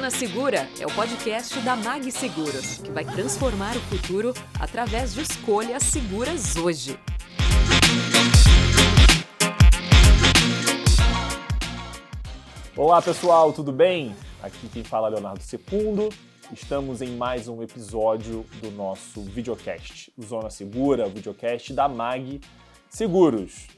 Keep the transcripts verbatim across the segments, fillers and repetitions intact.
Zona Segura é o podcast da Mag Seguros, que vai transformar o futuro através de escolhas seguras hoje. Olá pessoal, tudo bem? Aqui quem fala é Leonardo Secundo. Estamos em mais um episódio do nosso videocast, Zona Segura, o videocast da Mag Seguros.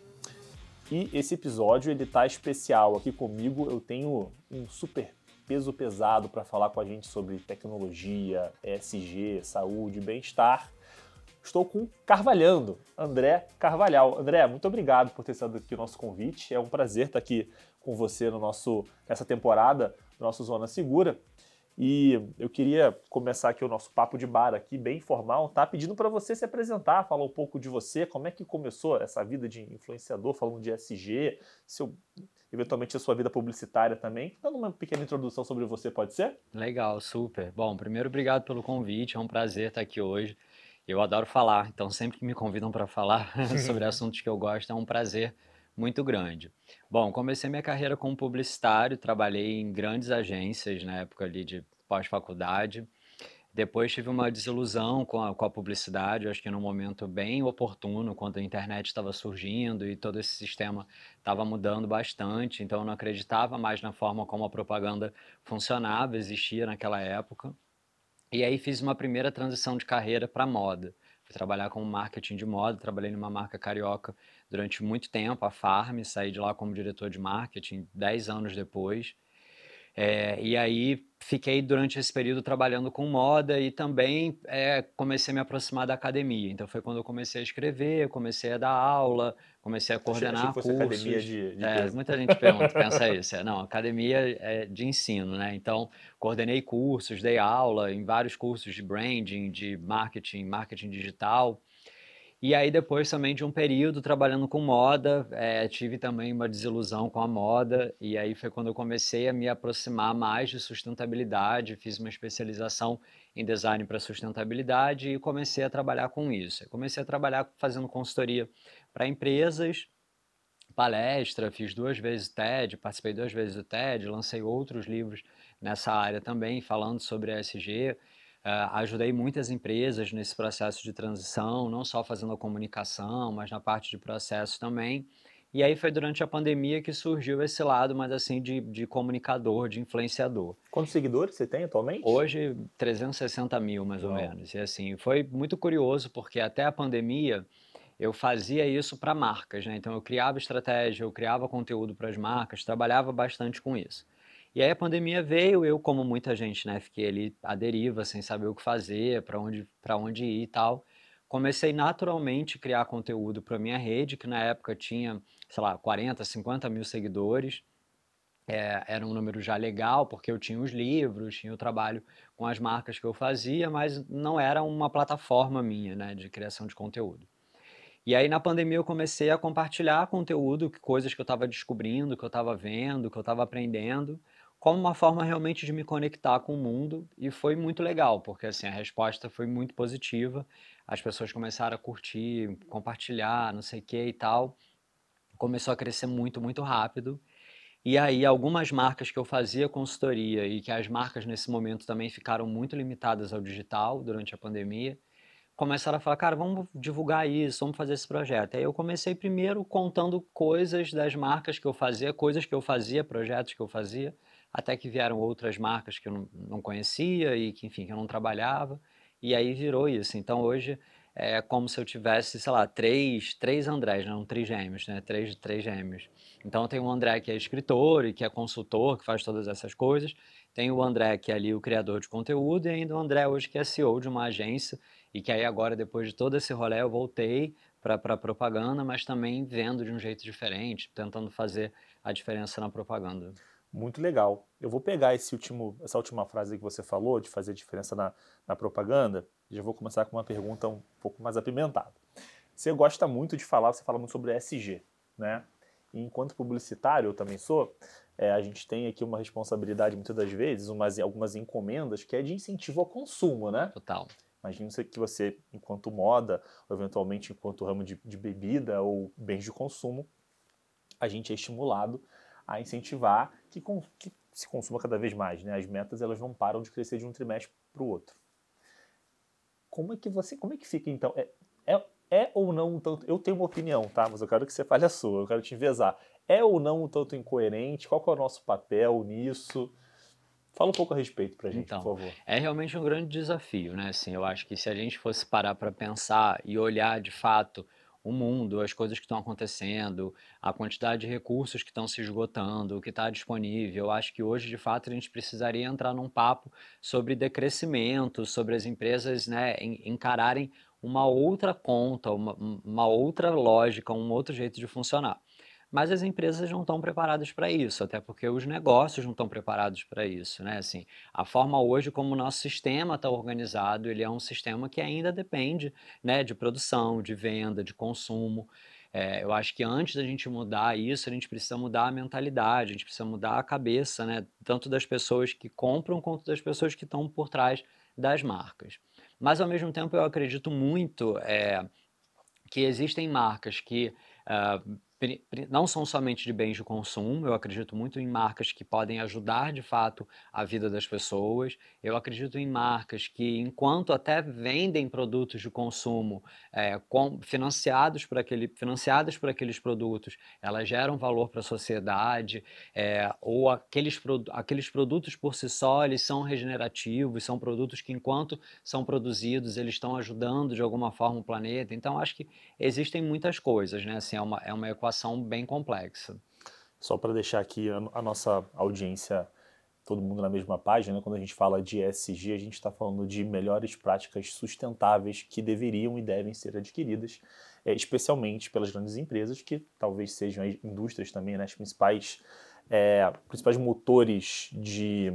E esse episódio ele tá especial aqui comigo. Eu tenho um super peso pesado para falar com a gente sobre tecnologia, E S G, saúde, bem-estar. Estou com Carvalhando, André Carvalhal. André, muito obrigado por ter aceitado aqui o nosso convite. É um prazer estar aqui com você no nosso, nessa temporada do nosso Zona Segura. E eu queria começar aqui o nosso papo de bar aqui, bem informal, tá? Pedindo para você se apresentar, falar um pouco de você, como é que começou essa vida de influenciador, falando de E S G, seu, eventualmente a sua vida publicitária também. Dando uma pequena introdução sobre você, pode ser? Legal, super. Bom, primeiro, obrigado pelo convite, é um prazer estar aqui hoje. Eu adoro falar, então sempre que me convidam para falar sobre assuntos que eu gosto, é um prazer muito grande. Bom, comecei minha carreira como publicitário, trabalhei em grandes agências na época ali de pós-faculdade. Depois tive uma desilusão com a, com a publicidade, acho que num momento bem oportuno, quando a internet estava surgindo e todo esse sistema estava mudando bastante, então eu não acreditava mais na forma como a propaganda funcionava, existia naquela época. E aí fiz uma primeira transição de carreira para moda. Fui trabalhar com marketing de moda, trabalhei numa marca carioca durante muito tempo, a Farm, saí de lá como diretor de marketing dez anos depois. É, e aí fiquei durante esse período trabalhando com moda e também é, comecei a me aproximar da academia. Então foi quando eu comecei a escrever, comecei a dar aula, comecei a Achei, achei coordenar que fosse cursos. academia de, de É, peso. muita gente pergunta, pensa isso. É, não, academia é de ensino, né? Então coordenei cursos, dei aula em vários cursos de branding, de marketing, marketing digital. E aí depois também de um período trabalhando com moda, é, tive também uma desilusão com a moda, e aí foi quando eu comecei a me aproximar mais de sustentabilidade, fiz uma especialização em design para sustentabilidade e comecei a trabalhar com isso. Eu comecei a trabalhar fazendo consultoria para empresas, palestra, fiz duas vezes TED, participei duas vezes do TED, lancei outros livros nessa área também, falando sobre E S G. Uh, ajudei muitas empresas nesse processo de transição, não só fazendo a comunicação, mas na parte de processo também. E aí foi durante a pandemia que surgiu esse lado, mas assim, de, de comunicador, de influenciador. Quantos seguidores você tem atualmente? Hoje, trezentos e sessenta mil, mais Uau. ou menos. E assim, foi muito curioso, porque até a pandemia eu fazia isso para marcas, né? Então eu criava estratégia, eu criava conteúdo para as marcas, trabalhava bastante com isso. E aí a pandemia veio, eu, como muita gente, né, fiquei ali à deriva, sem saber o que fazer, para onde, para onde ir e tal. Comecei naturalmente a criar conteúdo para minha rede, que na época tinha, sei lá, quarenta, cinquenta mil seguidores. É, era um número já legal, porque eu tinha os livros, tinha o trabalho com as marcas que eu fazia, mas não era uma plataforma minha, né, de criação de conteúdo. E aí na pandemia eu comecei a compartilhar conteúdo, coisas que eu estava descobrindo, que eu estava vendo, que eu estava aprendendo, como uma forma realmente de me conectar com o mundo, e foi muito legal, porque assim, a resposta foi muito positiva, as pessoas começaram a curtir, compartilhar, não sei o que e tal, começou a crescer muito, muito rápido. E aí algumas marcas que eu fazia consultoria e que as marcas nesse momento também ficaram muito limitadas ao digital durante a pandemia, começaram a falar, cara, vamos divulgar isso, vamos fazer esse projeto. Aí eu comecei primeiro contando coisas das marcas que eu fazia, coisas que eu fazia, projetos que eu fazia, até que vieram outras marcas que eu não, não conhecia e que, enfim, que eu não trabalhava, e aí virou isso. Então hoje é como se eu tivesse, sei lá, três, três Andrés, não, trigêmeos, né, três, três gêmeos. Então tem o André que é escritor e que é consultor, que faz todas essas coisas, tem o André que é ali o criador de conteúdo e ainda o André hoje que é C E O de uma agência e que aí agora, depois de todo esse rolê, eu voltei para a propaganda, mas também vendo de um jeito diferente, tentando fazer a diferença na propaganda. Muito legal. Eu vou pegar esse último, essa última frase que você falou, de fazer diferença na, na propaganda, e já vou começar com uma pergunta um pouco mais apimentada. Você gosta muito de falar, você fala muito sobre E S G, né? E enquanto publicitário, eu também sou, é, a gente tem aqui uma responsabilidade, muitas das vezes, umas, algumas encomendas, que é de incentivo ao consumo, né? Total. Imagina que você, enquanto moda, ou eventualmente enquanto ramo de, de bebida ou bens de consumo, a gente é estimulado a incentivar que, que se consuma cada vez mais, né? As metas elas não param de crescer de um trimestre para o outro. Como é que você, como é que fica então? É, é, é ou não um tanto? Eu tenho uma opinião, tá? Mas eu quero que você fale a sua. Eu quero te enviesar. É ou não um tanto incoerente? Qual que é o nosso papel nisso? Fala um pouco a respeito pra gente, Então, por favor. é realmente um grande desafio, né? Assim, eu acho que se a gente fosse parar para pensar e olhar de fato o mundo, as coisas que estão acontecendo, a quantidade de recursos que estão se esgotando, o que está disponível, eu acho que hoje, de fato, a gente precisaria entrar num papo sobre decrescimento, sobre as empresas, né, en- encararem uma outra conta, uma, uma outra lógica, um outro jeito de funcionar. Mas as empresas não estão preparadas para isso, até porque os negócios não estão preparados para isso, né? Assim, a forma hoje como o nosso sistema está organizado, ele é um sistema que ainda depende, né, de produção, de venda, de consumo. É, eu acho que antes da gente mudar isso, a gente precisa mudar a mentalidade, a gente precisa mudar a cabeça, né, tanto das pessoas que compram quanto das pessoas que estão por trás das marcas. Mas, ao mesmo tempo, eu acredito muito é, que existem marcas que ah, pri- pri- não são somente de bens de consumo, eu acredito muito em marcas que podem ajudar de fato a vida das pessoas, eu acredito em marcas que, enquanto até vendem produtos de consumo é, com- financiados por aquele, financiadas por aqueles produtos, elas geram valor para a sociedade, é, ou aqueles, produ- aqueles produtos por si só, eles são regenerativos, são produtos que, enquanto são produzidos, eles estão ajudando de alguma forma o planeta. Então, acho que existem muitas coisas, né? Assim, é uma, é uma equação bem complexa. Só para deixar aqui a, a nossa audiência, todo mundo na mesma página, né? Quando a gente fala de E S G, a gente está falando de melhores práticas sustentáveis que deveriam e devem ser adquiridas, é, especialmente pelas grandes empresas, que talvez sejam as indústrias também, né? As principais, é, principais motores de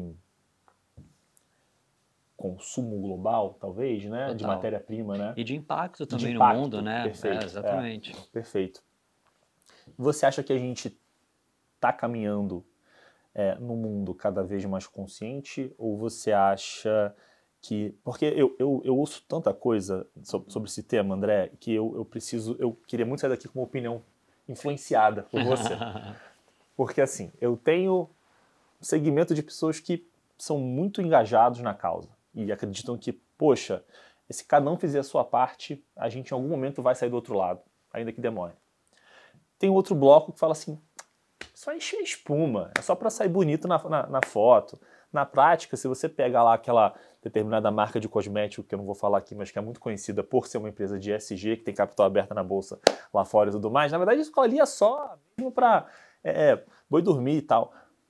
consumo global, talvez, né? De Total. matéria-prima, né? E de impacto E de também no mundo, impacto, né? É, perfeito, é, exatamente. perfeito. Você acha que a gente está caminhando é, no mundo cada vez mais consciente, ou você acha que... Porque eu, eu, eu ouço tanta coisa sobre, sobre esse tema, André, que eu, eu preciso... Eu queria muito sair daqui com uma opinião influenciada por você. Porque, assim, eu tenho um segmento de pessoas que são muito engajados na causa e acreditam que, poxa, se cada um fizer a sua parte, a gente em algum momento vai sair do outro lado, ainda que demore. Tem outro bloco que fala assim, só encher espuma, é só para sair bonito na, na, na foto. Na prática, se você pegar lá aquela determinada marca de cosmético, que eu não vou falar aqui, mas que é muito conhecida por ser uma empresa de E S G, que tem capital aberta na bolsa lá fora e tudo mais, na verdade isso ali é só mesmo para é, boi dormir e tal.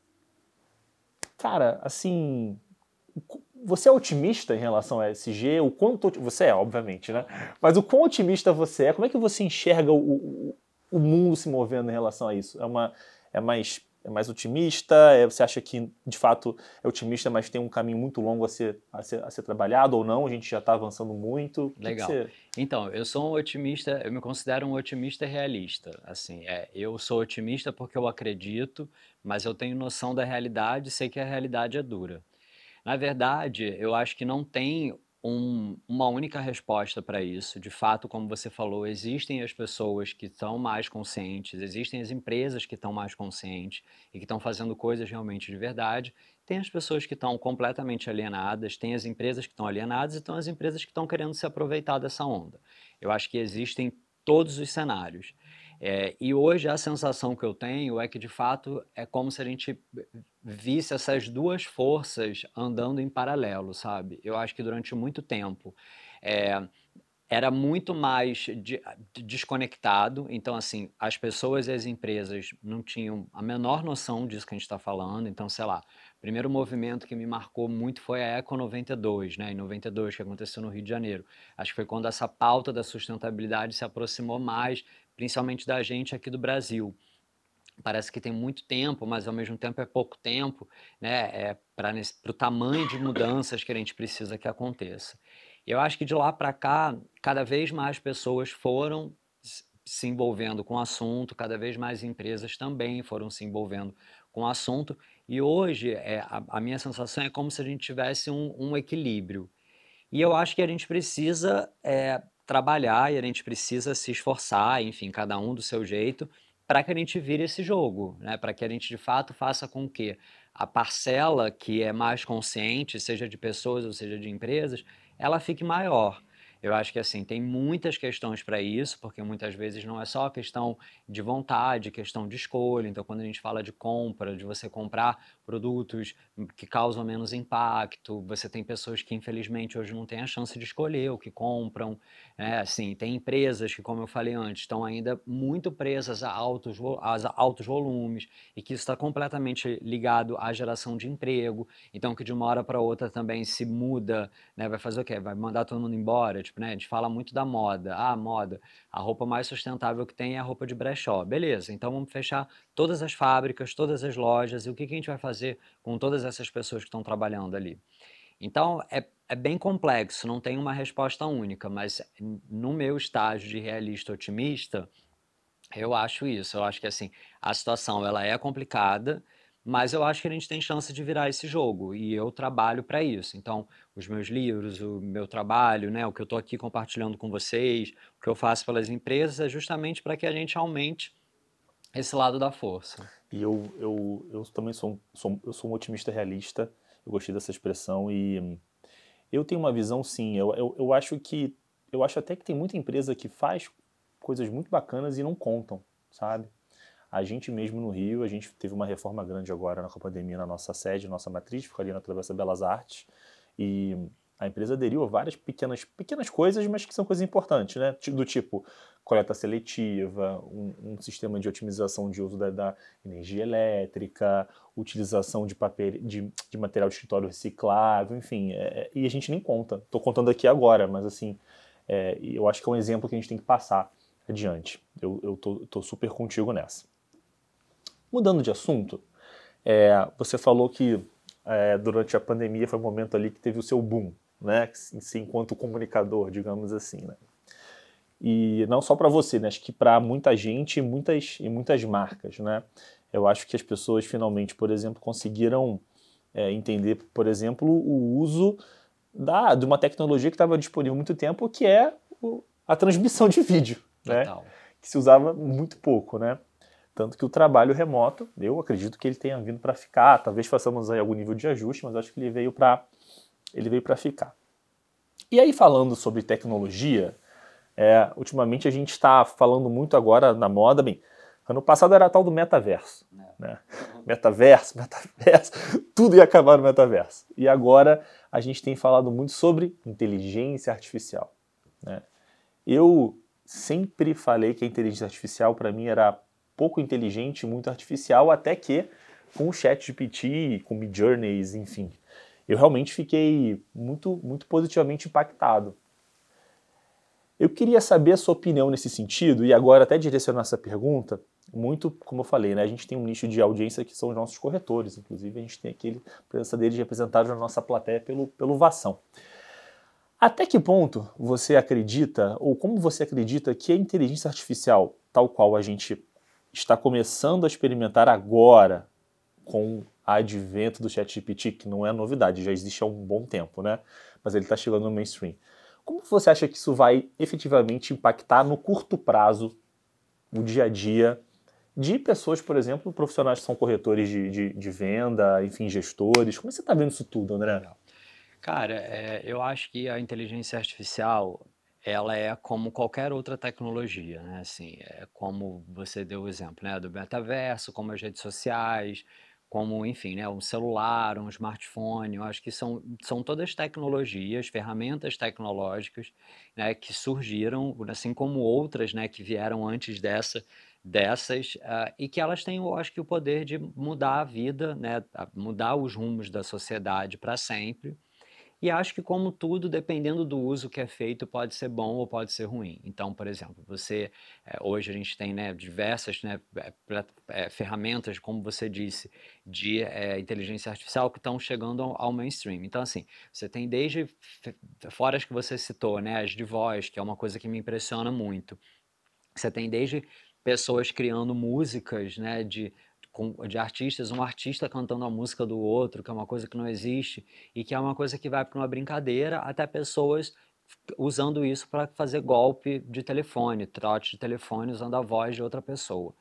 Cara, assim, você é otimista em relação a E S G? O quanto você é, obviamente, né? Mas o quão otimista você é? Como é que você enxerga o, o, o mundo se movendo em relação a isso? É uma é mais é mais otimista? É, você acha que de fato é otimista, mas tem um caminho muito longo a ser a ser, a ser trabalhado ou não? A gente já está avançando muito. O que que Legal. você... Então, eu sou um otimista, eu me considero um otimista realista. Assim, é, eu sou otimista porque eu acredito, mas eu tenho noção da realidade e sei que a realidade é dura. Na verdade, eu acho que não tem um- uma única resposta para isso. De fato, como você falou, existem as pessoas que estão mais conscientes, existem as empresas que estão mais conscientes e que estão fazendo coisas realmente de verdade. Tem as pessoas que estão completamente alienadas, tem as empresas que estão alienadas e tem as empresas que estão querendo se aproveitar dessa onda. Eu acho que existem todos os cenários. É, e hoje a sensação que eu tenho é que, de fato, é como se a gente visse essas duas forças andando em paralelo, sabe? Eu acho que durante muito tempo é, era muito mais de, de desconectado, então, assim, as pessoas e as empresas não tinham a menor noção disso que a gente está falando, então, sei lá, o primeiro movimento que me marcou muito foi a Eco noventa e dois, né, em noventa e dois, que aconteceu no Rio de Janeiro. Acho que foi quando essa pauta da sustentabilidade se aproximou mais, principalmente da gente aqui do Brasil. Parece que tem muito tempo, mas ao mesmo tempo é pouco tempo, né, é, para o tamanho de mudanças que a gente precisa que aconteça. Eu acho que de lá para cá, cada vez mais pessoas foram se envolvendo com o assunto, cada vez mais empresas também foram se envolvendo com o assunto, e hoje é, a, a minha sensação é como se a gente tivesse um, um equilíbrio. E eu acho que a gente precisa é, trabalhar e a gente precisa se esforçar, enfim, cada um do seu jeito, para que a gente vire esse jogo, né? Para que a gente de fato faça com que a parcela que é mais consciente, seja de pessoas ou seja de empresas, ela fique maior. Eu acho que assim, tem muitas questões para isso, porque muitas vezes não é só questão de vontade, questão de escolha. Então, quando a gente fala de compra, de você comprar produtos que causam menos impacto, você tem pessoas que infelizmente hoje não têm a chance de escolher o que compram, né? Assim, tem empresas que, como eu falei antes, estão ainda muito presas a altos, a altos volumes e que isso está completamente ligado à geração de emprego. Então, que de uma hora para outra também se muda, né? Vai fazer o quê? Vai mandar todo mundo embora? Tipo, né? A gente fala muito da moda. Ah, moda. A roupa mais sustentável que tem é a roupa de brechó. Beleza, então vamos fechar todas as fábricas, todas as lojas. E o que, que a gente vai fazer com todas essas pessoas que estão trabalhando ali? Então, é, é bem complexo, não tem uma resposta única, mas no meu estágio de realista otimista, eu acho isso. Eu acho que assim, a situação ela é complicada, mas eu acho que a gente tem chance de virar esse jogo e eu trabalho para isso. Então, os meus livros, o meu trabalho, né, o que eu estou aqui compartilhando com vocês, o que eu faço pelas empresas é justamente para que a gente aumente esse lado da força. E eu, eu, eu também sou, sou, eu sou um otimista realista, eu gostei dessa expressão e eu tenho uma visão, sim, eu, eu, eu acho que, eu acho até que tem muita empresa que faz coisas muito bacanas e não contam, sabe? A gente mesmo no Rio, a gente teve uma reforma grande agora na pandemia na nossa sede, nossa matriz, ficou ali na Travessa Belas Artes, e a empresa aderiu a várias pequenas, pequenas coisas, mas que são coisas importantes, né? Do tipo coleta seletiva, um, um sistema de otimização de uso da, da energia elétrica, utilização de, papel, de, de material de escritório reciclável, enfim, é, e a gente nem conta. Estou contando aqui agora, mas assim, é, eu acho que é um exemplo que a gente tem que passar adiante. Eu, eu tô, tô super contigo nessa. Mudando de assunto, é, você falou que é, durante a pandemia foi um momento ali que teve o seu boom, né? Enquanto comunicador, digamos assim, né? E não só para você, né? Acho que para muita gente e muitas, e muitas marcas, né? Eu acho que as pessoas finalmente, por exemplo, conseguiram é, entender, por exemplo, o uso da, de uma tecnologia que estava disponível há muito tempo, que é o, a transmissão de vídeo, né? Que se usava muito pouco, né? Tanto que o trabalho remoto, eu acredito que ele tenha vindo para ficar, talvez façamos aí algum nível de ajuste, mas acho que ele veio para ele veio para ficar. E aí, falando sobre tecnologia, é, ultimamente a gente está falando muito agora na moda, bem, ano passado era a tal do metaverso, né? Metaverso, metaverso, tudo ia acabar no metaverso. E agora a gente tem falado muito sobre inteligência artificial, né? Eu sempre falei que a inteligência artificial para mim era pouco inteligente, muito artificial, até que com o ChatGPT, com o Midjourneys, enfim, eu realmente fiquei muito, muito positivamente impactado. Eu queria saber a sua opinião nesse sentido, e agora até direcionar essa pergunta, muito, como eu falei, né, a gente tem um nicho de audiência que são os nossos corretores, inclusive a gente tem aquele presença deles representados na nossa plateia pelo, pelo Vação. Até que ponto você acredita, ou como você acredita que a inteligência artificial, tal qual a gente está começando a experimentar agora com o advento do ChatGPT, que não é novidade, já existe há um bom tempo, né? Mas ele está chegando no mainstream. Como você acha que isso vai efetivamente impactar no curto prazo o dia a dia de pessoas, por exemplo, profissionais que são corretores de, de, de venda, enfim, gestores? Como você está vendo isso tudo, André? Cara, é, eu acho que a inteligência artificial, ela é como qualquer outra tecnologia, né? Assim, é como você deu o exemplo, né? Do metaverso, como as redes sociais, como, enfim, né? Um celular, um smartphone. Eu acho que são, são todas tecnologias, ferramentas tecnológicas, né? Que surgiram, assim como outras, né? Que vieram antes dessa, dessas, uh, e que elas têm, eu acho que, o poder de mudar a vida, né? Mudar os rumos da sociedade para sempre. E acho que, como tudo, dependendo do uso que é feito, pode ser bom ou pode ser ruim. Então, por exemplo, você é, hoje a gente tem, né, diversas, né, é, ferramentas, como você disse, de é, inteligência artificial que estão chegando ao, ao mainstream. Então, assim, você tem desde, fora as que você citou, né, as de voz, que é uma coisa que me impressiona muito. Você tem desde pessoas criando músicas, né, de de artistas, um artista cantando a música do outro, que é uma coisa que não existe, e que é uma coisa que vai para uma brincadeira, até pessoas usando isso para fazer golpe de telefone, trote de telefone, usando a voz de outra pessoa.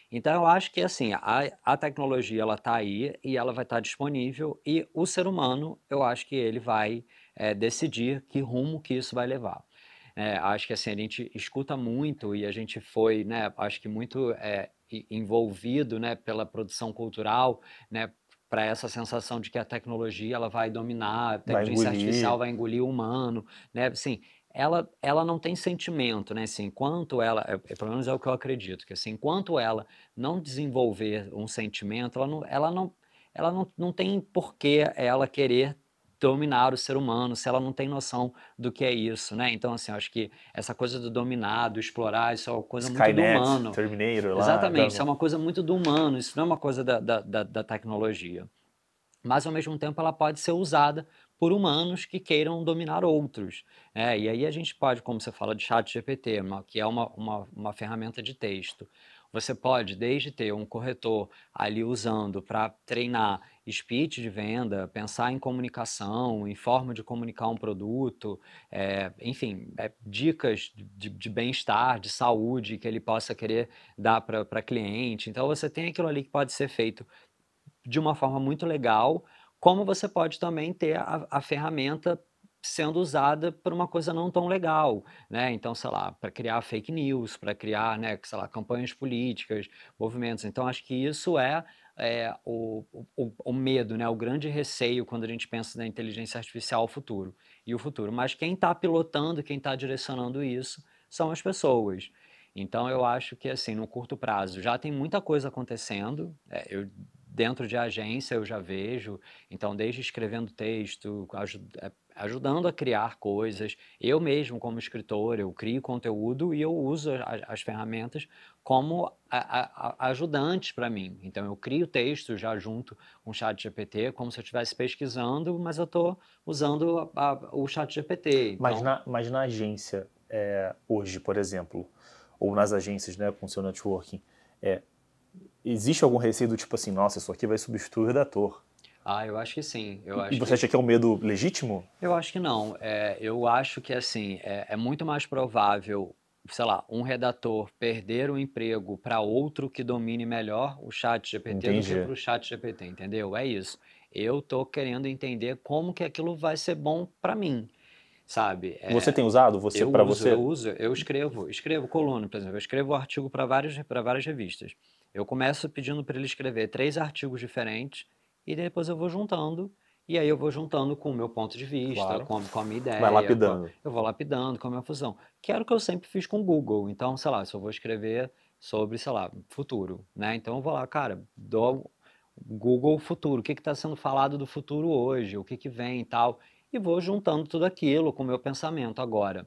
Então, eu acho que, assim, a, a tecnologia, ela está aí e ela vai estar disponível e o ser humano, eu acho que ele vai é, decidir que rumo que isso vai levar. É, acho que, assim, a gente escuta muito e a gente foi, né, acho que muito é, envolvido, né, pela produção cultural, né, para essa sensação de que a tecnologia ela vai dominar, a Vai inteligência artificial engolir. vai engolir o humano, né, assim, ela, ela não tem sentimento, né, assim, enquanto ela, é, é, pelo menos é o que eu acredito, que assim, enquanto ela não desenvolver um sentimento, ela não, ela não, ela não, não tem porquê ela querer dominar o ser humano, se ela não tem noção do que é isso, né, então assim, eu acho que essa coisa do dominar, do explorar, isso é uma coisa muito do Skynet, humano. Terminator lá. Já Exatamente, isso é não... uma coisa muito do humano, isso não é uma coisa da, da, da, da tecnologia. Mas, ao mesmo tempo, ela pode ser usada por humanos que queiram dominar outros. É, e aí a gente pode, como você fala de chat G P T, uma, que é uma, uma, uma ferramenta de texto, você pode, desde ter um corretor ali usando para treinar speech de venda, pensar em comunicação, em forma de comunicar um produto, é, enfim, é, dicas de, de bem-estar, de saúde que ele possa querer dar para cliente. Então, você tem aquilo ali que pode ser feito de uma forma muito legal, como você pode também ter a, a ferramenta sendo usada por uma coisa não tão legal, né? Então, sei lá, para criar fake news, para criar, né, sei lá, campanhas políticas, movimentos. Então, acho que isso é, é o, o, o medo, né? O grande receio quando a gente pensa na inteligência artificial, o futuro e o futuro. Mas quem está pilotando, quem está direcionando isso, são as pessoas. Então, eu acho que, assim, no curto prazo, já tem muita coisa acontecendo. É, eu dentro de agência eu já vejo, então desde escrevendo texto, ajudando a criar coisas, eu mesmo como escritor, eu crio conteúdo e eu uso as, as ferramentas como a, a, ajudantes para mim. Então eu crio texto já junto com o chat G P T, como se eu estivesse pesquisando, mas eu estou usando a, a, o chat G P T. Então... Mas, na, mas na agência, é, hoje, por exemplo, ou nas agências, né, com o seu networking, é, existe algum receio do tipo assim, nossa, isso aqui vai substituir o redator? Ah, eu acho que sim. Eu e acho você que... acha que é um medo legítimo? Eu acho que não. É, eu acho que assim é, é muito mais provável, sei lá, um redator perder o emprego para outro que domine melhor o chat G P T do que Entendi. para o chat G P T, entendeu? É isso. Eu tô querendo entender como que aquilo vai ser bom para mim, sabe? É, Você tem usado? Você eu para uso, você? eu uso, eu escrevo, escrevo coluna, por exemplo, eu escrevo artigo para várias, para várias revistas. Eu começo pedindo para ele escrever três artigos diferentes e depois eu vou juntando, e aí eu vou juntando com o meu ponto de vista, Claro. com, com a minha Vai ideia, com a- lapidando. eu vou lapidando com a minha fusão. Que era o que eu sempre fiz com o Google. Então, sei lá, se eu vou escrever sobre, sei lá, futuro, né? Então eu vou lá, cara, dou Google futuro, o que está sendo falado do futuro hoje, o que, que vem e tal, e vou juntando tudo aquilo com o meu pensamento agora.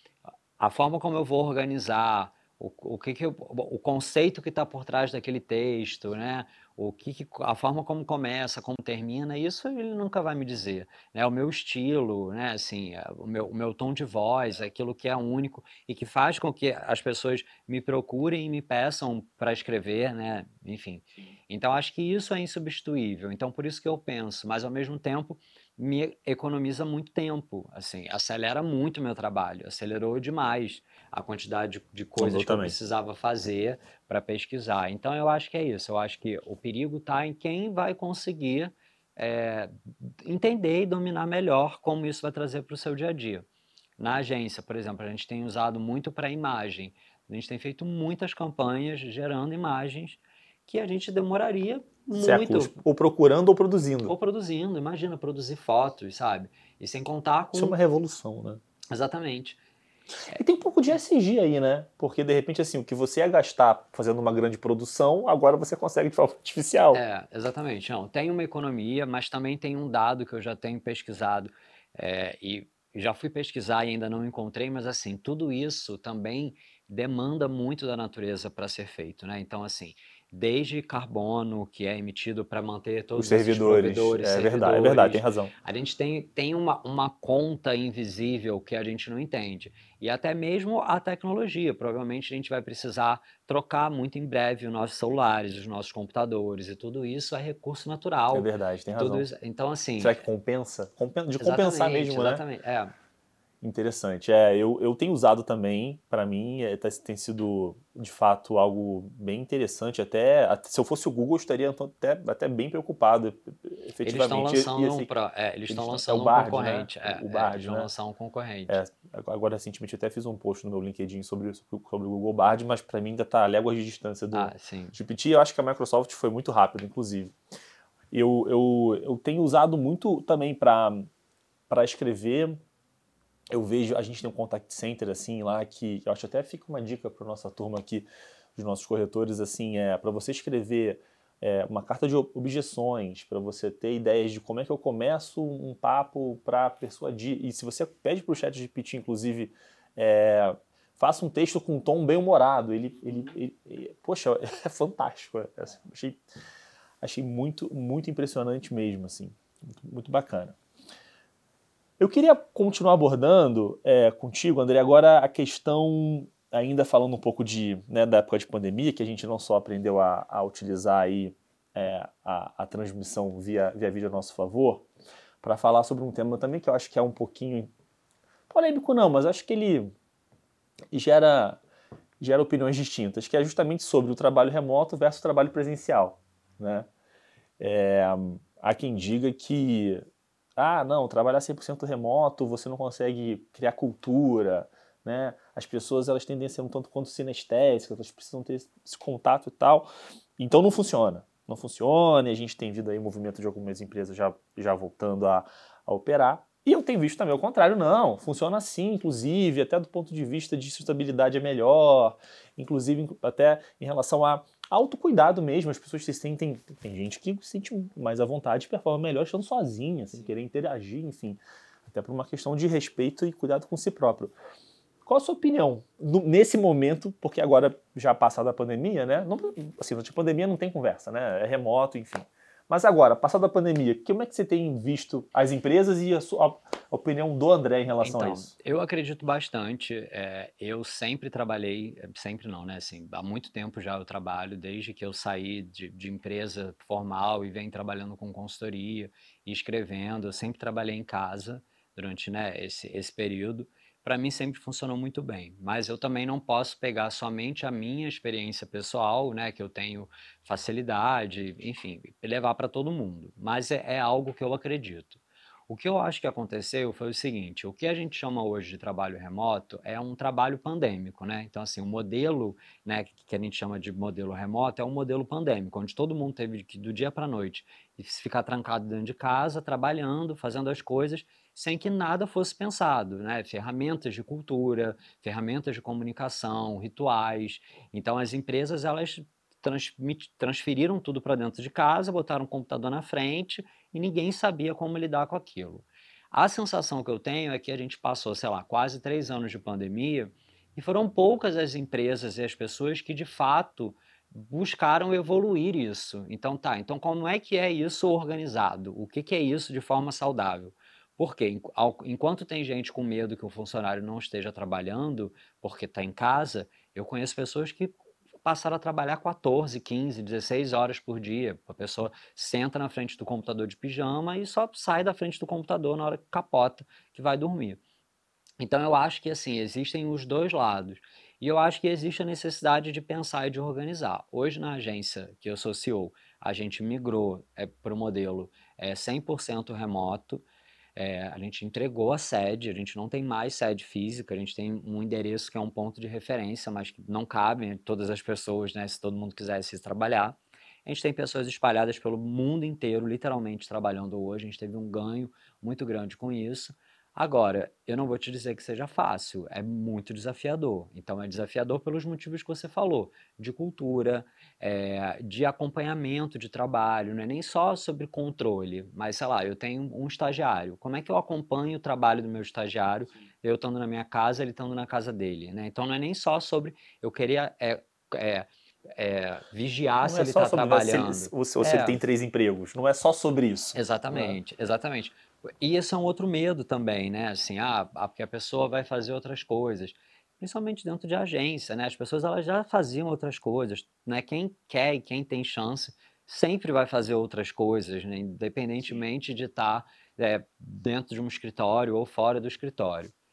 A forma como eu vou organizar, o, o que, que eu, o conceito que está por trás daquele texto, né? O que, que a forma como começa, como termina, isso ele nunca vai me dizer, né? O meu estilo, né? Assim, o meu, o meu tom de voz, aquilo que é único e que faz com que as pessoas me procurem e me peçam para escrever, né? Enfim. Então acho que isso é insubstituível. Então por isso que eu penso, mas ao mesmo tempo me economiza muito tempo, assim, acelera muito o meu trabalho, acelerou demais a quantidade de, de O coisas meu que eu também. precisava fazer para pesquisar. Então eu acho que é isso, eu acho que o perigo está em quem vai conseguir é, entender e dominar melhor como isso vai trazer para o seu dia a dia. Na agência, por exemplo, a gente tem usado muito para imagem, a gente tem feito muitas campanhas gerando imagens que a gente demoraria Séculos. muito Ou procurando ou produzindo. ou produzindo, imagina produzir fotos, sabe? E sem contar Isso é com... uma revolução, né? Exatamente. E tem um pouco de E S G aí, né? Porque de repente, assim, o que você ia gastar fazendo uma grande produção, agora você consegue de forma artificial. É, exatamente. Não, tem uma economia, mas também tem um dado que eu já tenho pesquisado é, e já fui pesquisar e ainda não encontrei, mas assim, tudo isso também demanda muito da natureza para ser feito, né? Então, assim, desde carbono que é emitido para manter Os todos esses servidores. provedores, É verdade, é verdade, tem servidores, razão. a gente tem, tem uma, uma conta invisível que a gente não entende. E até mesmo a tecnologia. Provavelmente a gente vai precisar trocar muito em breve os nossos celulares, os nossos computadores, e tudo isso é recurso É natural. verdade, tem Tudo razão. isso, então, assim, Será que compensa? Compen- De compensar exatamente, mesmo, né? exatamente. É. Interessante. É, eu, eu tenho usado também, para mim, é, tá- tem sido de fato algo bem interessante. Até, até- se eu fosse o Google, eu estaria até, até bem preocupado, Eles estão efetivamente. E, e lançando um, assim, pro- é, eles eles estão tão- é o lançando um Bard, né? concorrente. O, É, o é, eles Bard, vão né? lançar um É, concorrente. agora, recentemente, eu até fiz um post no meu LinkedIn sobre, sobre, sobre o Google Bard, mas para mim ainda está a léguas de distância do Ah, sim. G P T. Eu acho que a Microsoft foi muito rápido, inclusive. Eu, eu, eu tenho usado muito também para para escrever. Eu vejo, a gente tem um contact center assim lá que eu acho até fica uma dica para nossa turma aqui, dos nossos corretores, assim, é para você escrever é, uma carta de objeções, para você ter ideias de como é que eu começo um papo para persuadir. E se você pede para o chat G P T, inclusive, é, faça um texto com um tom bem humorado, ele, ele, ele, ele poxa, é fantástico. É, assim, achei, achei muito, muito impressionante mesmo, assim, muito, muito bacana. Eu queria continuar abordando é, contigo, André, agora a questão, ainda falando um pouco de, né, da época de pandemia, que a gente não só aprendeu a, a utilizar aí, é, a, a transmissão via, via vídeo a nosso favor, para falar sobre um tema também que eu acho que é um pouquinho polêmico não, mas acho que ele gera, gera opiniões distintas, que é justamente sobre o trabalho remoto versus o trabalho presencial, né? É, há quem diga que ah, não, trabalhar cem por cento remoto, você não consegue criar cultura, né? As pessoas elas tendem a ser um tanto quanto sinestésicas, elas precisam ter esse contato e tal. Então não funciona. Não funciona e a gente tem visto aí o movimento de algumas empresas já, já voltando a, a operar. E eu tenho visto também o contrário, não, funciona assim, inclusive, até do ponto de vista de sustentabilidade é melhor, inclusive até em relação a autocuidado mesmo, as pessoas se sentem, tem gente que se sente mais à vontade e performa melhor estando sozinha, sem querer interagir, enfim, até por uma questão de respeito e cuidado com si próprio. Qual a sua opinião no, nesse momento, porque agora já passada a pandemia, né, não, assim, durante a pandemia não tem conversa, né, é remoto, enfim. Mas agora, passada a pandemia, como é que você tem visto as empresas e a sua a opinião do André em relação Então, a isso? eu acredito bastante. É, eu sempre trabalhei, é, sempre não, né? Assim, há muito tempo já eu trabalho, desde que eu saí de, de empresa formal e venho trabalhando com consultoria e escrevendo. Eu sempre trabalhei em casa durante, né, esse, esse período. Para mim sempre funcionou muito bem, mas eu também não posso pegar somente a minha experiência pessoal, né, que eu tenho facilidade, enfim, e levar para todo mundo. Mas é, é algo que eu acredito. O que eu acho que aconteceu foi o seguinte: o que a gente chama hoje de trabalho remoto é um trabalho pandêmico, né? Então, assim, o modelo, né, que a gente chama de modelo remoto é um modelo pandêmico, onde todo mundo teve que, do dia para a noite, ficar trancado dentro de casa, trabalhando, fazendo as coisas, sem que nada fosse pensado, né? Ferramentas de cultura, ferramentas de comunicação, rituais. Então, as empresas, elas transferiram tudo para dentro de casa, botaram um computador na frente e ninguém sabia como lidar com aquilo. A sensação que eu tenho é que a gente passou, sei lá, quase três anos de pandemia e foram poucas as empresas e as pessoas que de fato buscaram evoluir isso. Então tá, então como é que é isso organizado? O que, que é isso de forma saudável? Porque enquanto tem gente com medo que o funcionário não esteja trabalhando porque está em casa, eu conheço pessoas que passaram a trabalhar quatorze, quinze, dezesseis horas por dia. A pessoa senta na frente do computador de pijama e só sai da frente do computador na hora que capota, que vai dormir. Então eu acho que assim, existem os dois lados. E eu acho que existe a necessidade de pensar e de organizar. Hoje na agência que eu sou C E O, a gente migrou é, para o modelo é, cem por cento remoto. É, a gente entregou a sede, a gente não tem mais sede física, a gente tem um endereço que é um ponto de referência, mas que não cabe todas as pessoas, né, se todo mundo quisesse trabalhar. A gente tem pessoas espalhadas pelo mundo inteiro, literalmente trabalhando hoje, a gente teve um ganho muito grande com isso. Agora, eu não vou te dizer que seja fácil, é muito desafiador. Então, é desafiador pelos motivos que você falou, de cultura, é, de acompanhamento de trabalho, não é nem só sobre controle, mas sei lá, eu tenho um estagiário, como é que eu acompanho o trabalho do meu estagiário, eu estando na minha casa, ele estando na casa dele, né? Então, não é nem só sobre eu queria é, é, é, vigiar Não se é ele só está sobre né, se ele, trabalhando. ou se, ou se ele É, tem três empregos, não é só sobre isso. Né? exatamente, exatamente. E esse é um outro medo também, né? Assim, ah, ah, porque a pessoa vai fazer outras coisas, principalmente dentro de agência, né? As pessoas elas já faziam outras coisas, né? Quem quer e quem tem chance sempre vai fazer outras coisas, né? Independentemente de estar é, dentro de um escritório ou fora do escritório.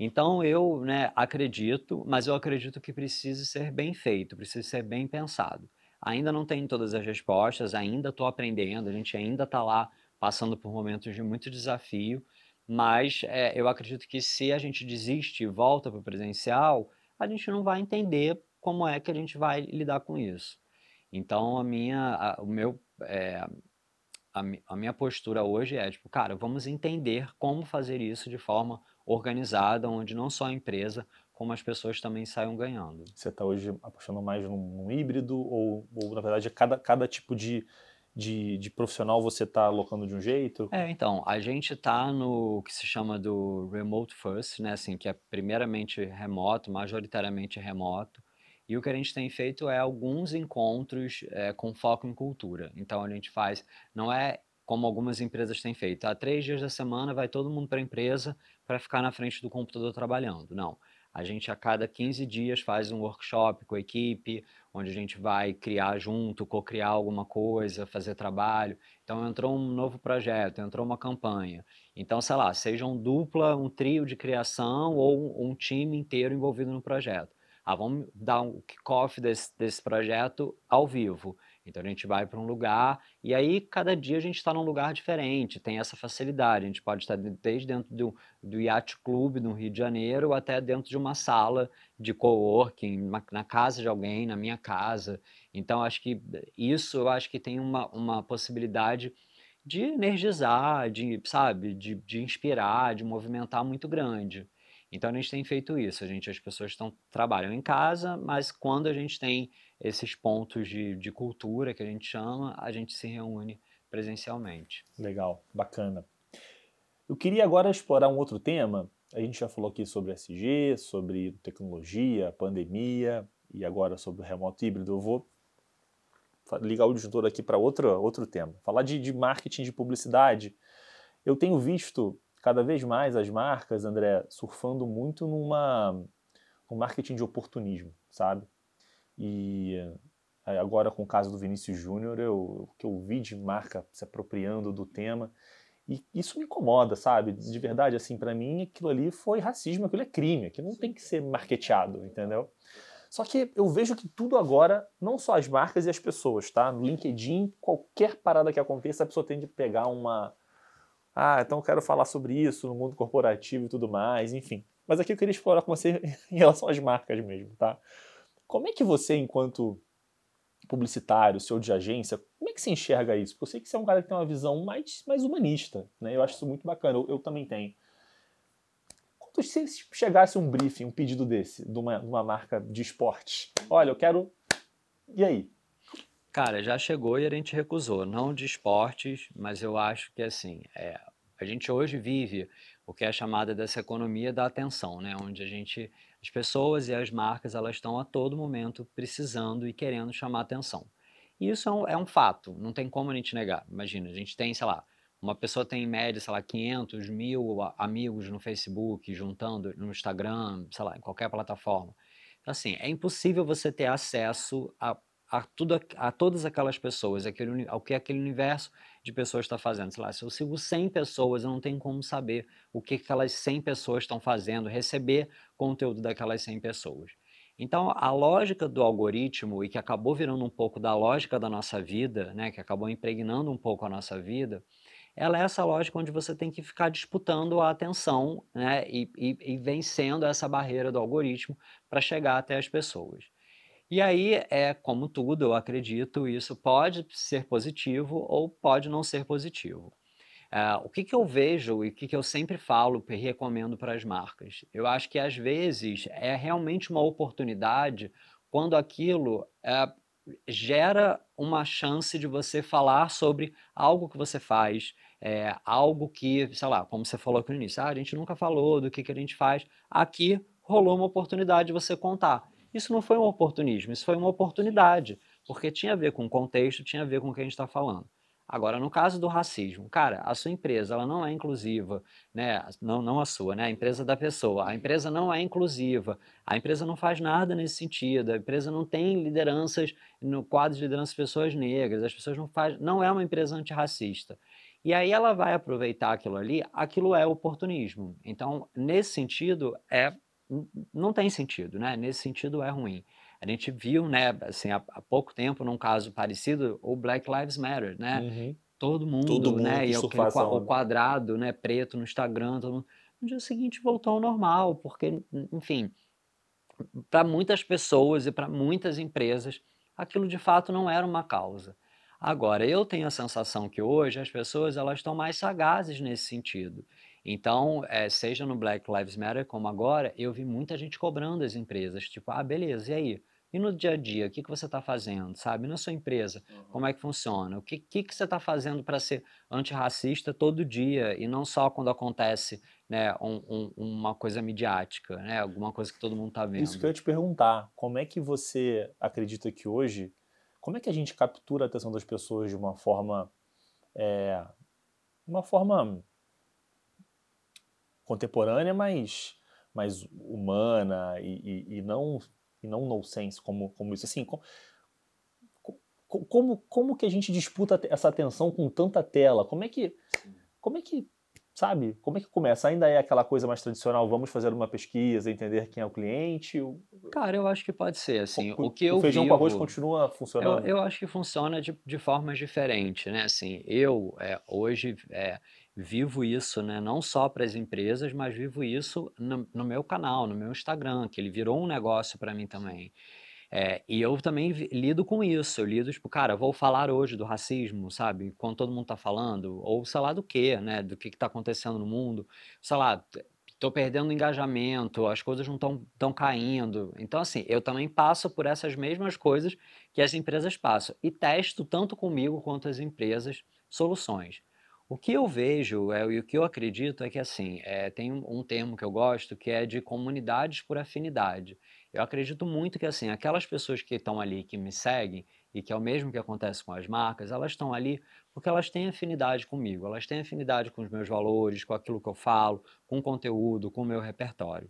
Então eu, né, acredito, mas eu acredito que precise ser bem feito, precisa ser bem pensado. Ainda não tenho todas as respostas, ainda estou aprendendo, a gente ainda está lá passando por momentos de muito desafio, mas é, eu acredito que se a gente desiste e volta para o presencial, a gente não vai entender como é que a gente vai lidar com isso. Então a minha, a- o meu, é, a, mi- a minha postura hoje é tipo, cara, vamos entender como fazer isso de forma organizada, onde não só a empresa, como as pessoas também saiam ganhando. Você está hoje apostando mais num, num híbrido ou, ou, na verdade, cada, cada tipo de, de, de profissional você está alocando de um jeito? É, então, a gente tá no que se chama do remote first, né, assim, que é primeiramente remoto, majoritariamente remoto, e o que a gente tem feito é alguns encontros é, com foco em cultura. Então a gente faz, não é como algumas empresas têm feito, há três dias da semana vai todo mundo para a empresa para ficar na frente do computador trabalhando. Não. A gente a cada quinze dias faz um workshop com a equipe, onde a gente vai criar junto, co-criar alguma coisa, fazer trabalho. Então entrou um novo projeto, entrou uma campanha. Então, sei lá, seja um dupla, um trio de criação ou um, um time inteiro envolvido no projeto. Ah, vamos dar um kick-off desse, desse projeto ao vivo. Então a gente vai para um lugar e aí cada dia a gente está num lugar diferente, tem essa facilidade. A gente pode estar desde dentro do, do Yacht Club no Rio de Janeiro até dentro de uma sala de coworking, na, na casa de alguém, na minha casa. Então acho que isso eu acho que tem uma, uma possibilidade de energizar, de, sabe, de, de inspirar, de movimentar muito grande. Então a gente tem feito isso, a gente, as pessoas estão, trabalham em casa, mas quando a gente tem esses pontos de, de cultura que a gente chama, a gente se reúne presencialmente. Legal, bacana. Eu queria agora explorar um outro tema. A gente já falou aqui sobre S G, sobre tecnologia, pandemia e agora sobre o remoto híbrido. Eu vou ligar o disjuntor aqui para outro, outro tema. Falar de, de marketing de publicidade. Eu tenho visto cada vez mais as marcas, André, surfando muito numa, num marketing de oportunismo, sabe? E agora com o caso do Vinícius Júnior, eu, o que eu vi de marca se apropriando do tema, e isso me incomoda, sabe? De verdade, assim, para mim aquilo ali foi racismo, aquilo é crime, aquilo não tem que ser marketeado, entendeu? Só que eu vejo que tudo agora, não só as marcas e as pessoas, tá? No LinkedIn, qualquer parada que aconteça, a pessoa tem de pegar uma... Ah, então eu quero falar sobre isso no mundo corporativo e tudo mais, enfim. Mas aqui eu queria explorar com você em relação às marcas mesmo, tá? Como é que você, enquanto publicitário, seu de agência, como é que você enxerga isso? Porque eu sei que você é um cara que tem uma visão mais, mais humanista, né? Eu acho isso muito bacana, eu, eu também tenho. Quando se chegasse um briefing, um pedido desse, de uma, de uma marca de esportes, olha, eu quero... E aí? Cara, já chegou e a gente recusou, não de esportes, mas eu acho que assim, é, a gente hoje vive o que é chamada dessa economia da atenção, né? Onde a gente, as pessoas e as marcas, elas estão a todo momento precisando e querendo chamar atenção. E isso é um, é um fato, não tem como a gente negar. Imagina, a gente tem, sei lá, uma pessoa tem em média, sei lá, quinhentos mil a- amigos no Facebook, juntando no Instagram, sei lá, em qualquer plataforma. Então, assim, é impossível você ter acesso a a, tudo, a todas aquelas pessoas, aquele, ao que aquele universo de pessoas está fazendo. Sei lá, se eu sigo cem pessoas, eu não tenho como saber o que aquelas cem pessoas estão fazendo, receber conteúdo daquelas cem pessoas. Então, a lógica do algoritmo, e que acabou virando um pouco da lógica da nossa vida, né, que acabou impregnando um pouco a nossa vida, ela é essa lógica onde você tem que ficar disputando a atenção, né, e, e, e vencendo essa barreira do algoritmo para chegar até as pessoas. E aí, é como tudo, eu acredito, isso pode ser positivo ou pode não ser positivo. Ah, o que que eu vejo e o que que eu sempre falo e recomendo para as marcas? Eu acho que às vezes é realmente uma oportunidade quando aquilo eh, gera uma chance de você falar sobre algo que você faz, eh, algo que, sei lá, como você falou aqui no início, ah, a gente nunca falou do que que a gente faz. Aqui rolou uma oportunidade de você contar. Isso não foi um oportunismo, isso foi uma oportunidade, porque tinha a ver com o contexto, tinha a ver com o que a gente está falando. Agora, no caso do racismo, cara, a sua empresa ela não é inclusiva, né? Não, não a sua, né? A empresa da pessoa. A empresa não é inclusiva. A empresa não faz nada nesse sentido. A empresa não tem lideranças no quadro de liderança de pessoas negras. As pessoas não faz, não é uma empresa antirracista. E aí ela vai aproveitar aquilo ali, aquilo é oportunismo. Então, nesse sentido, é, não tem sentido, né? Nesse sentido é ruim. A gente viu, né, assim, há, há pouco tempo, num caso parecido, o Black Lives Matter, né? Uhum. Todo Todo mundo, mundo né, e quis aquele surfar essa qua- o onda. quadrado, né, preto no Instagram, todo mundo. No dia seguinte voltou ao normal, porque, enfim, para muitas pessoas e para muitas empresas, aquilo de fato não era uma causa. Agora, eu tenho a sensação que hoje as pessoas elas estão mais sagazes nesse sentido. Então, eh, seja no Black Lives Matter como agora, eu vi muita gente cobrando as empresas, tipo, ah, beleza, e aí? E no dia a dia, o que que você está fazendo, sabe? Na sua empresa, como é que funciona? O que, que, que você está fazendo para ser antirracista todo dia e não só quando acontece, né, um- um- uma coisa midiática, né, alguma coisa que todo mundo está Isso que eu vendo. ia te perguntar, como é que você acredita que hoje, como é que a gente captura a atenção das pessoas de uma forma, é, uma forma contemporânea, mas mais humana e, e, e não e não nonsense como, como isso. Assim, co- co- como, como que a gente disputa essa atenção com tanta tela? Como é que, como é que, sabe, como é que começa? Ainda é aquela coisa mais tradicional, vamos fazer uma pesquisa, entender quem é o cliente? O, Cara, eu acho que pode ser, assim, o que o eu feijão com arroz vivo, continua eu, funcionando? eu acho que funciona de, de formas diferentes, né, assim, eu é, hoje é, vivo isso, né, não só para as empresas, mas vivo isso no, no meu canal, no meu Instagram, que ele virou um negócio para mim também. É, e eu também vi- lido com isso, eu lido, tipo, cara, vou falar hoje do racismo, sabe? Quando todo mundo tá falando, ou sei lá do quê, né? Do que que tá acontecendo no mundo, sei lá, t- tô perdendo engajamento, as coisas não estão tão caindo. Então, assim, eu também passo por essas mesmas coisas que as empresas passam e testo tanto comigo quanto as empresas soluções. O que eu vejo é, e o que eu acredito é que, assim, é, tem um, um termo que eu gosto que é de comunidades por afinidade. Eu acredito muito que, assim, aquelas pessoas que estão ali, que me seguem, e que é o mesmo que acontece com as marcas, elas estão ali porque elas têm afinidade comigo, elas têm afinidade com os meus valores, com aquilo que eu falo, com o conteúdo, com o meu repertório.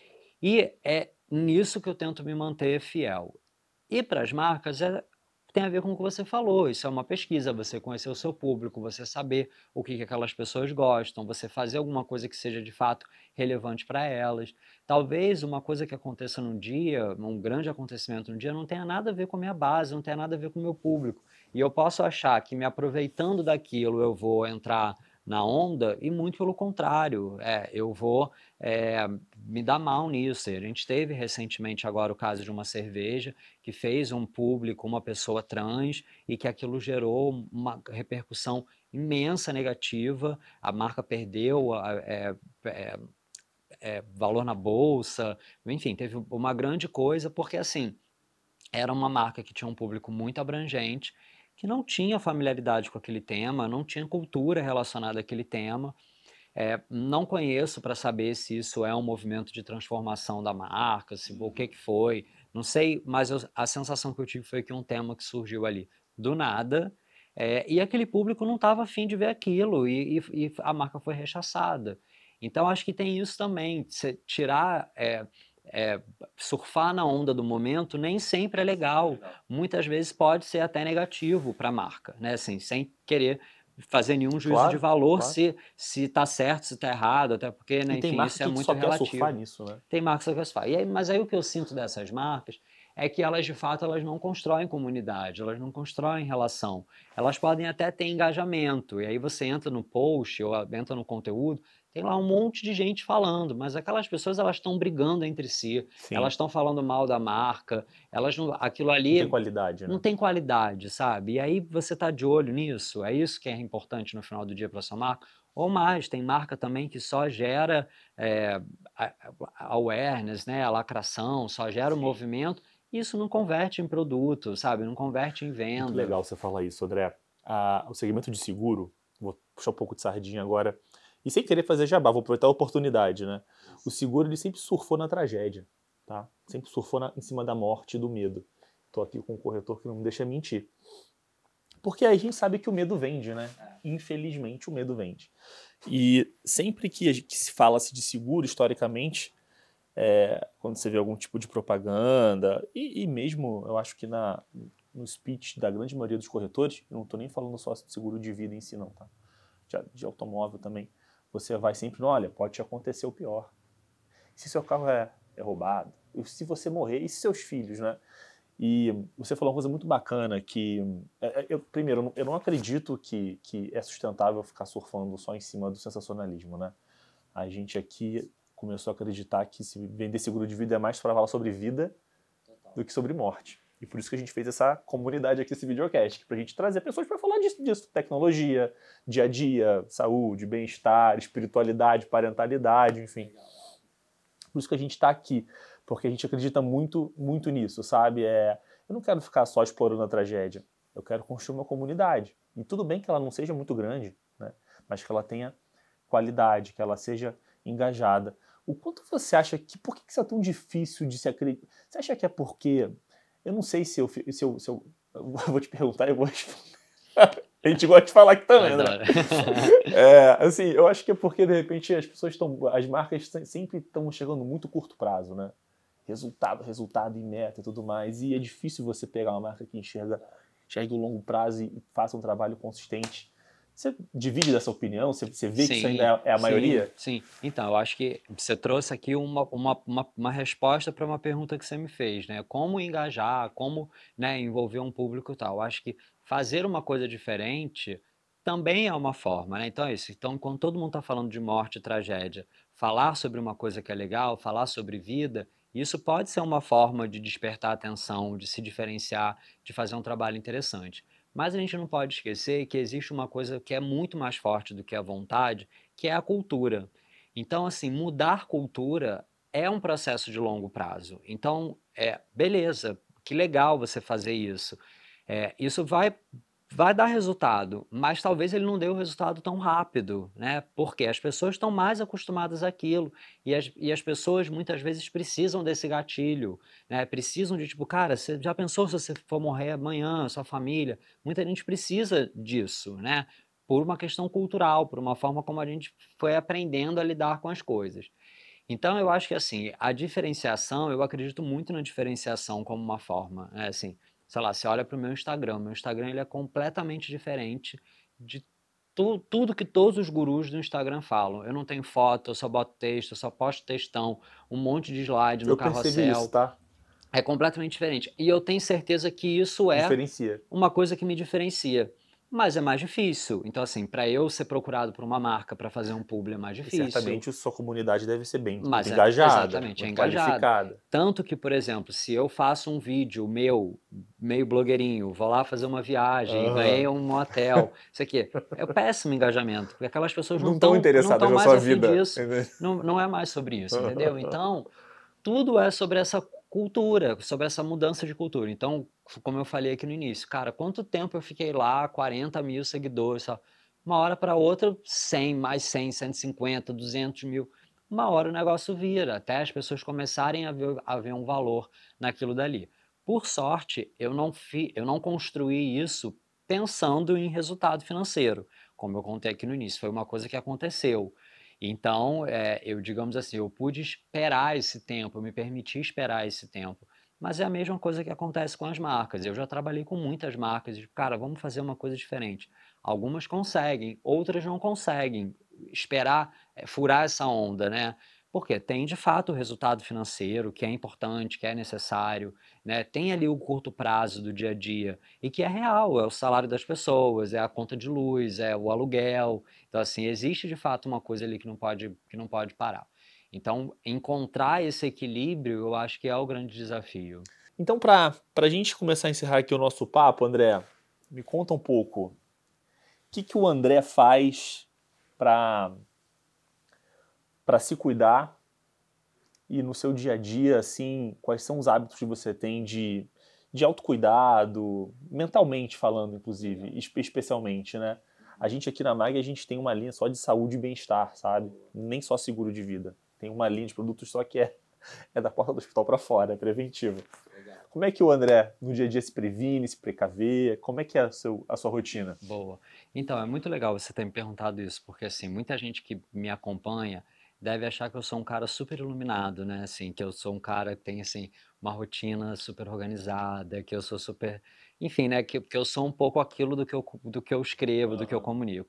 E é nisso que eu tento me manter fiel. E para as marcas é, tem a ver com o que você falou, isso é uma pesquisa, você conhecer o seu público, você saber o que, que aquelas pessoas gostam, você fazer alguma coisa que seja de fato relevante para elas. Talvez uma coisa que aconteça num dia, um grande acontecimento num dia, não tenha nada a ver com a minha base, não tenha nada a ver com o meu público. E eu posso achar que me aproveitando daquilo eu vou entrar na onda, e muito pelo contrário, é, eu vou é, me dar mal nisso. A gente teve recentemente agora o caso de uma cerveja que fez um público, uma pessoa trans, e que aquilo gerou uma repercussão imensa negativa, a marca perdeu é, é, é, valor na bolsa, enfim, teve uma grande coisa, porque assim, era uma marca que tinha um público muito abrangente, que não tinha familiaridade com aquele tema, não tinha cultura relacionada àquele tema. É, não conheço para saber se isso é um movimento de transformação da marca, se, o que, que foi, não sei, mas eu, a sensação que eu tive foi que um tema que surgiu ali do nada, é, e aquele público não estava afim de ver aquilo, e, e, e a marca foi rechaçada. Então acho que tem isso também, você tirar, é, é, surfar na onda do momento nem sempre é legal, muitas vezes pode ser até negativo para a marca, né? Assim, sem querer fazer nenhum juízo de Claro, valor claro. se se está certo, se está errado, até porque, né, E tem enfim, marca isso é que muito só quer surfar relativo. nisso, né? Tem marcas que faz. E aí, mas aí o que eu sinto dessas marcas é que elas de fato elas não constroem comunidade, elas não constroem relação. Elas podem até ter engajamento. E aí você entra no post ou entra no conteúdo, tem lá um monte de gente falando, mas aquelas pessoas elas estão brigando entre si, Sim. elas estão falando mal da marca, elas não, aquilo Não tem ali qualidade, não né? tem qualidade, sabe? E aí você está de olho nisso, é isso que é importante no final do dia para sua marca. Ou mais, tem marca também que só gera é, awareness, né, a lacração, só gera o movimento, e isso não converte em produto, sabe? Não converte em Muito venda. legal você falar isso, André. Ah, o segmento de seguro, vou puxar um pouco de sardinha agora, e sem querer fazer jabá, vou aproveitar a oportunidade, né? O seguro, ele sempre surfou na tragédia, tá? Sempre surfou na, em cima da morte e do medo. Tô aqui com um corretor que não me deixa mentir. Porque a gente sabe que o medo vende, né? Infelizmente, o medo vende. E sempre que, a gente, que se fala-se de seguro, historicamente, é, quando você vê algum tipo de propaganda, e, e mesmo, eu acho que na, no speech da grande maioria dos corretores, eu não estou nem falando só de seguro de vida em si, não, tá? de, de automóvel também, você vai sempre, olha, pode te acontecer o pior. Se seu carro é, é roubado, e se você morrer, e se seus filhos, né? E você falou uma coisa muito bacana que, eu, primeiro, eu não acredito que, que é sustentável ficar surfando só em cima do sensacionalismo, né? A gente aqui começou a acreditar que se vender seguro de vida é mais para falar sobre vida do que sobre morte. E por isso que a gente fez essa comunidade aqui, esse videocast, para a gente trazer pessoas para falar disso, disso, tecnologia, dia a dia, saúde, bem-estar, espiritualidade, parentalidade, enfim. Por isso que a gente está aqui, porque a gente acredita muito, muito nisso, sabe? É, eu não quero ficar só explorando a tragédia, eu quero construir uma comunidade. E tudo bem que ela não seja muito grande, né? Mas que ela tenha qualidade, que ela seja engajada. O quanto você acha que... Por que isso é tão difícil de se acreditar? Você acha que é porque... Eu não sei se eu... Se eu, se eu, eu vou te perguntar e eu vou responder. A gente gosta de falar aqui também, né? É, assim, eu acho que é porque, de repente, as pessoas estão... As marcas sempre estão chegando muito curto prazo, né? Resultado, resultado e meta e tudo mais. E é difícil você pegar uma marca que enxerga, enxerga o longo prazo e faça um trabalho consistente. Você divide dessa opinião? Você, você vê sim, que isso ainda é a maioria? Sim, sim. Então, eu acho que você trouxe aqui uma, uma, uma, uma resposta para uma pergunta que você me fez, né? Como engajar, como, né, envolver um público e tal. Eu acho que fazer uma coisa diferente também é uma forma, né? Então é isso. Então, quando todo mundo está falando de morte e tragédia, falar sobre uma coisa que é legal, falar sobre vida, isso pode ser uma forma de despertar atenção, de se diferenciar, de fazer um trabalho interessante. Mas a gente não pode esquecer que existe uma coisa que é muito mais forte do que a vontade, que é a cultura. Então, assim, mudar cultura é um processo de longo prazo. Então, é, beleza, que legal você fazer isso. É, isso vai, vai dar resultado, mas talvez ele não dê o resultado tão rápido, né? Porque as pessoas estão mais acostumadas àquilo e as, e as pessoas muitas vezes precisam desse gatilho, né? Precisam de tipo, cara, você já pensou se você for morrer amanhã, sua família? Muita gente precisa disso, né? Por uma questão cultural, por uma forma como a gente foi aprendendo a lidar com as coisas. Então, eu acho que, assim, a diferenciação, eu acredito muito na diferenciação como uma forma, né? Assim, sei lá, você olha para o meu Instagram, meu Instagram ele é completamente diferente de tu, tudo que todos os gurus do Instagram falam. Eu não tenho foto, eu só boto texto, eu só posto textão, um monte de slide no Eu percebi isso, carrossel. tá? É completamente diferente. E eu tenho certeza que isso é Diferencia. uma coisa que me diferencia. Mas é mais difícil. Então, assim, para eu ser procurado por uma marca para fazer um publi é mais E difícil. certamente a sua comunidade deve ser bem Mas muito é, engajada, exatamente, é muito engajada. qualificada. Tanto que, por exemplo, se eu faço um vídeo meu, meio blogueirinho, vou lá fazer uma viagem, Aham. ganhei um hotel, isso aqui, é o péssimo engajamento, porque aquelas pessoas não Não estão estão não interessadas tão na mais sua a fim vida. disso. Não, não é mais sobre isso, entendeu? Então, tudo é sobre essa cultura, sobre essa mudança de cultura. Então, como eu falei aqui no início, cara, quanto tempo eu fiquei lá, quarenta mil seguidores, só. Uma hora para outra, cem, mais cem, cento e cinquenta, duzentos mil. Uma hora o negócio vira, até as pessoas começarem a ver, a ver um valor naquilo dali. Por sorte, eu não, fi, eu não construí isso pensando em resultado financeiro, como eu contei aqui no início. Foi uma coisa que aconteceu. Então, é, eu, digamos assim, eu pude esperar esse tempo, eu me permiti esperar esse tempo. Mas é a mesma coisa que acontece com as marcas. Eu já trabalhei com muitas marcas e, cara, vamos fazer uma coisa diferente. Algumas conseguem, outras não conseguem esperar, é, furar essa onda, né? Porque tem, de fato, o resultado financeiro, que é importante, que é necessário, né? Tem ali o curto prazo do dia a dia, e que é real, é o salário das pessoas, é a conta de luz, é o aluguel. Então, assim, existe, de fato, uma coisa ali que não pode, que não pode parar. Então, encontrar esse equilíbrio, eu acho que é o grande desafio. Então, para a gente começar a encerrar aqui o nosso papo, André, me conta um pouco. O que, que o André faz para para se cuidar e no seu dia a dia, assim, quais são os hábitos que você tem de, de autocuidado, mentalmente falando, inclusive, espe- especialmente, né? A gente aqui na Mag, a gente tem uma linha só de saúde e bem-estar, sabe? Nem só seguro de vida. Tem uma linha de produtos só que é, é da porta do hospital para fora, é preventivo. Como é que o André, no dia a dia, se previne, se precaver? Como é que é a, seu, a sua rotina? Boa. Então, é muito legal você ter me perguntado isso, porque, assim, muita gente que me acompanha deve achar que eu sou um cara super iluminado, né? Assim, que eu sou um cara que tem, assim, uma rotina super organizada, que eu sou super... Enfim, né? Que, que eu sou um pouco aquilo do que eu, do que eu escrevo, do que eu comunico.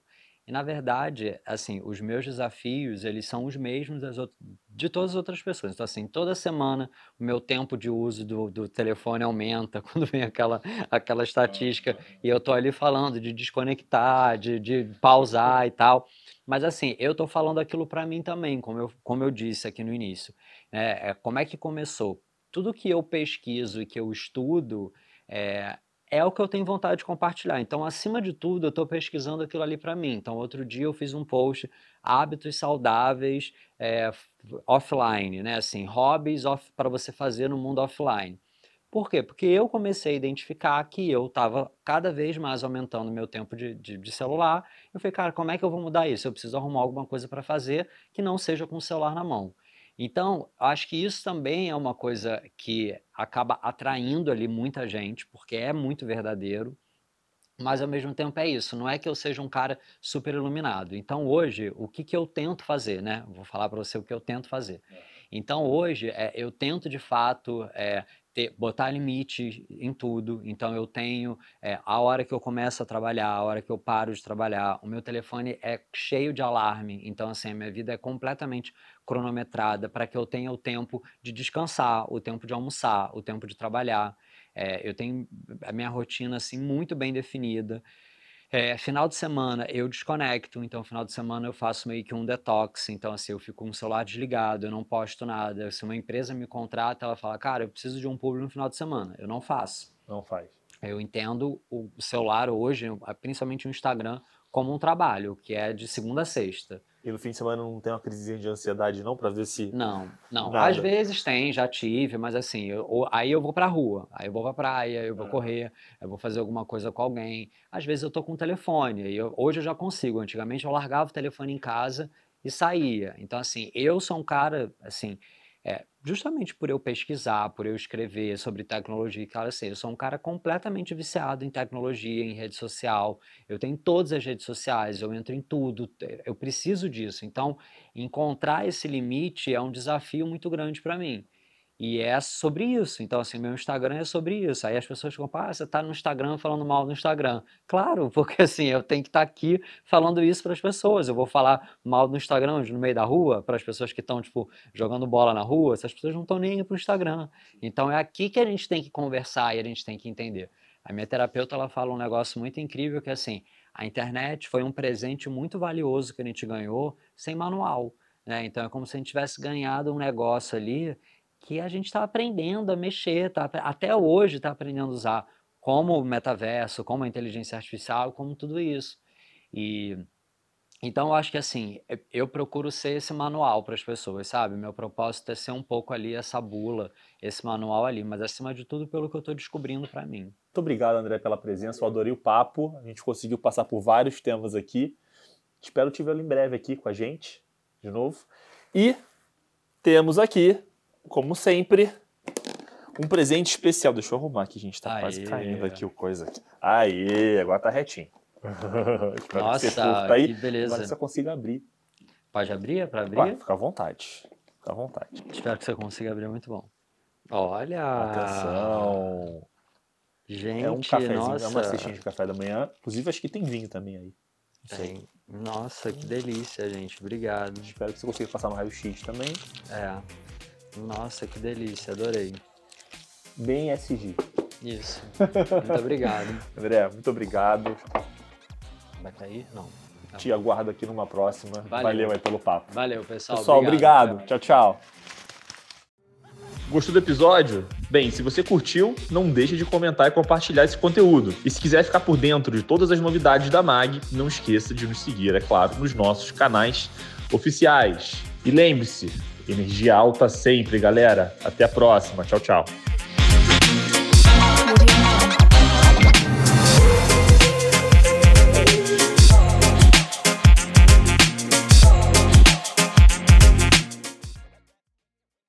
E, na verdade, assim, os meus desafios, eles são os mesmos das outras, de todas as outras pessoas. Então, assim, toda semana o meu tempo de uso do, do telefone aumenta, quando vem aquela, aquela estatística, e eu tô ali falando de desconectar, de, de pausar e tal. Mas, assim, eu tô falando aquilo para mim também, como eu, como eu disse aqui no início. É, é, como é que começou? Tudo que eu pesquiso e que eu estudo, é, é o que eu tenho vontade de compartilhar. Então, acima de tudo, eu estou pesquisando aquilo ali para mim. Então, outro dia eu fiz um post, hábitos saudáveis é, offline, né? Assim, hobbies off, para você fazer no mundo offline. Por quê? Porque eu comecei a identificar que eu estava cada vez mais aumentando meu tempo de, de, de celular. Eu falei, cara, como é que eu vou mudar isso? Eu preciso arrumar alguma coisa para fazer que não seja com o celular na mão. Então, acho que isso também é uma coisa que acaba atraindo ali muita gente, porque é muito verdadeiro, mas ao mesmo tempo é isso, não é que eu seja um cara super iluminado. Então, hoje, o que, que eu tento fazer, né? Vou falar para você o que eu tento fazer. Então, hoje, é, eu tento, de fato, é, ter, botar limite em tudo. Então, eu tenho é, a hora que eu começo a trabalhar, a hora que eu paro de trabalhar. O meu telefone é cheio de alarme. Então, assim, a minha vida é completamente cronometrada para que eu tenha o tempo de descansar, o tempo de almoçar, o tempo de trabalhar. É, eu tenho a minha rotina, assim, muito bem definida. É, final de semana eu desconecto, então final de semana eu faço meio que um detox, então assim, eu fico com o celular desligado, eu não posto nada. Se uma empresa me contrata, ela fala, cara, eu preciso de um público no final de semana, eu não faço. Não faz. Eu entendo o celular hoje, principalmente o Instagram, como um trabalho, que é de segunda a sexta. E no fim de semana não tem uma crisezinha de ansiedade não, pra ver se... Não, não. Nada. Às vezes tem, já tive, mas assim, eu, aí eu vou pra rua, aí eu vou pra praia, eu vou Ah. correr, eu vou fazer alguma coisa com alguém. Às vezes eu tô com o telefone, e eu, hoje eu já consigo. Antigamente eu largava o telefone em casa e saía. Então assim, eu sou um cara, assim, é, justamente por eu pesquisar, por eu escrever sobre tecnologia, cara, assim, eu sou um cara completamente viciado em tecnologia, em rede social. Eu tenho todas as redes sociais, eu entro em tudo, eu preciso disso. Então, encontrar esse limite é um desafio muito grande para mim. E é sobre isso. Então, assim, meu Instagram é sobre isso. Aí as pessoas ficam, ah, você tá no Instagram falando mal no Instagram. Claro, porque assim, eu tenho que estar aqui falando isso para as pessoas. Eu vou falar mal no Instagram, no meio da rua, para as pessoas que estão, tipo, jogando bola na rua. Essas pessoas não estão nem indo pro Instagram. Então, é aqui que a gente tem que conversar e a gente tem que entender. A minha terapeuta, ela fala um negócio muito incrível, que é assim, a internet foi um presente muito valioso que a gente ganhou sem manual, né? Então, é como se a gente tivesse ganhado um negócio ali que a gente está aprendendo a mexer, tá? Até hoje está aprendendo a usar, como o metaverso, como a inteligência artificial, como tudo isso. E então eu acho que assim, eu procuro ser esse manual para as pessoas, sabe? Meu propósito é ser um pouco ali essa bula, esse manual ali, mas acima de tudo pelo que eu estou descobrindo para mim. Muito obrigado, André, pela presença. Eu adorei o papo. A gente conseguiu passar por vários temas aqui. Espero te vê-lo em breve aqui com a gente, de novo. E temos aqui, como sempre, um presente especial. Deixa eu arrumar aqui, gente. Tá Aê. quase caindo aqui o coisa. Aqui. Aê, agora tá retinho. Espero Nossa, que você curta aí. que beleza. Agora você consiga abrir. Pode abrir? É para abrir? Vai, fica à vontade. Fica à vontade. Espero que você consiga abrir, muito bom. Olha! Atenção! Gente, É um cafezinho, nossa. é uma cestinha de café da manhã. Inclusive, acho que tem vinho também aí. Não sei. Tem. Nossa, que delícia, gente. Obrigado. Espero que você consiga passar no raio-x também. É. Nossa, que delícia. Adorei. Bem S G. Isso. Muito obrigado. André, muito obrigado. Vai cair? Não. Tá. Te aguardo aqui numa próxima. Valeu. Valeu aí pelo papo. Valeu, pessoal. Pessoal, obrigado. obrigado. Tchau, tchau. Gostou do episódio? Bem, se você curtiu, não deixe de comentar e compartilhar esse conteúdo. E se quiser ficar por dentro de todas as novidades da M A G, não esqueça de nos seguir, é claro, nos nossos canais oficiais. E lembre-se, energia alta sempre, galera. Até a próxima. Tchau, tchau.